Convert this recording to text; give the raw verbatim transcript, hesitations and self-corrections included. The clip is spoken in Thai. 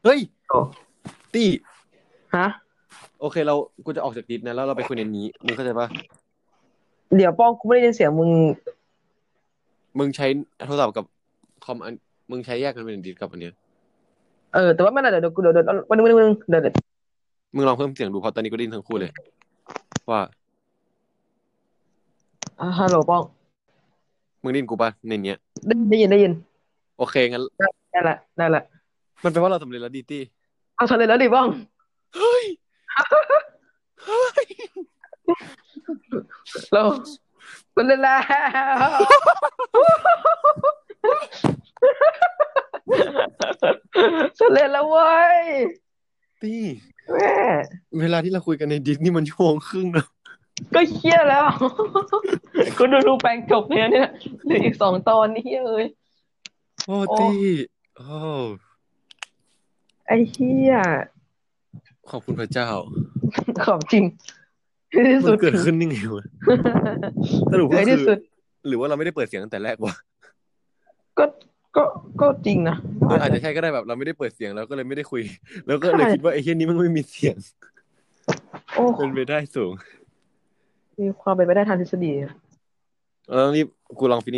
เฮ้ยโอ้ตี้ฮะโอเคเรากูจะออกจากดิสนะแล้วเราไปคุยในนี้มึงเข้าใจปะเดี๋ยวป้องกูไม่ได้ยินเสียงมึงมึงใช้โทรศัพท์กับคอมอันมึงใช้แยกกันเป็นดิสกับอันเนี้ยเออแต่ว่าไม่เป็นไรเดี๋ยวกูเดี๋ยวเดี๋ยววันนึงวันนึงวันนึงเดี๋ยวเดี๋ยวมึงลองเพิ่มเสียงดูเพราะตอนนี้ก็ได้ยินทั้งคู่เลยว่าอ่ะฮัลโหลป้องมึงได้ยินกูปะในเนี้ยได้ได้ยินได้ยินโอเคงั้นได้ได้ละได้ละมันแปลว่าเราสำเร็จแล้วดีตี้เอาสำเร็จแล้วดิป้องเฮ้ยเฮ้ยเราสำเร็จแล้วสำเร็จแล้วเว้ยตี้แม่เวลาที่เราคุยกันในดิสนี่มันชั่วโมงครึ่งนะก็เชี่ยแล้วกูดูดูแปลงจบเนี่ยเนี่ยเหลืออีกสองตอนนี่เอ้ยโอ้โอ้ตี้โอ้ไอ้เหี้ยขอบคุณพระเจ้าของจริงที่มันสุดเกิดขึ้นยังไงวะสรุปในก็คือที่สุดหรือว่าเราไม่ได้เปิดเสียงตั้งแต่แรกวะก็ก็ก็จริงนะอาจจะเอออาจจะใช่ก็ได้แบบเราไม่ได้เปิดเสียงแล้วก็เลยไม่ได้คุยแล้วก็เลยคิดใช่ว่าไอ้เฮียนี้มันไม่มีเสียงโอ้เป็นไปได้สูงมีความเป็นไปได้ทางทฤษฎีเออรีบกูลองฟิ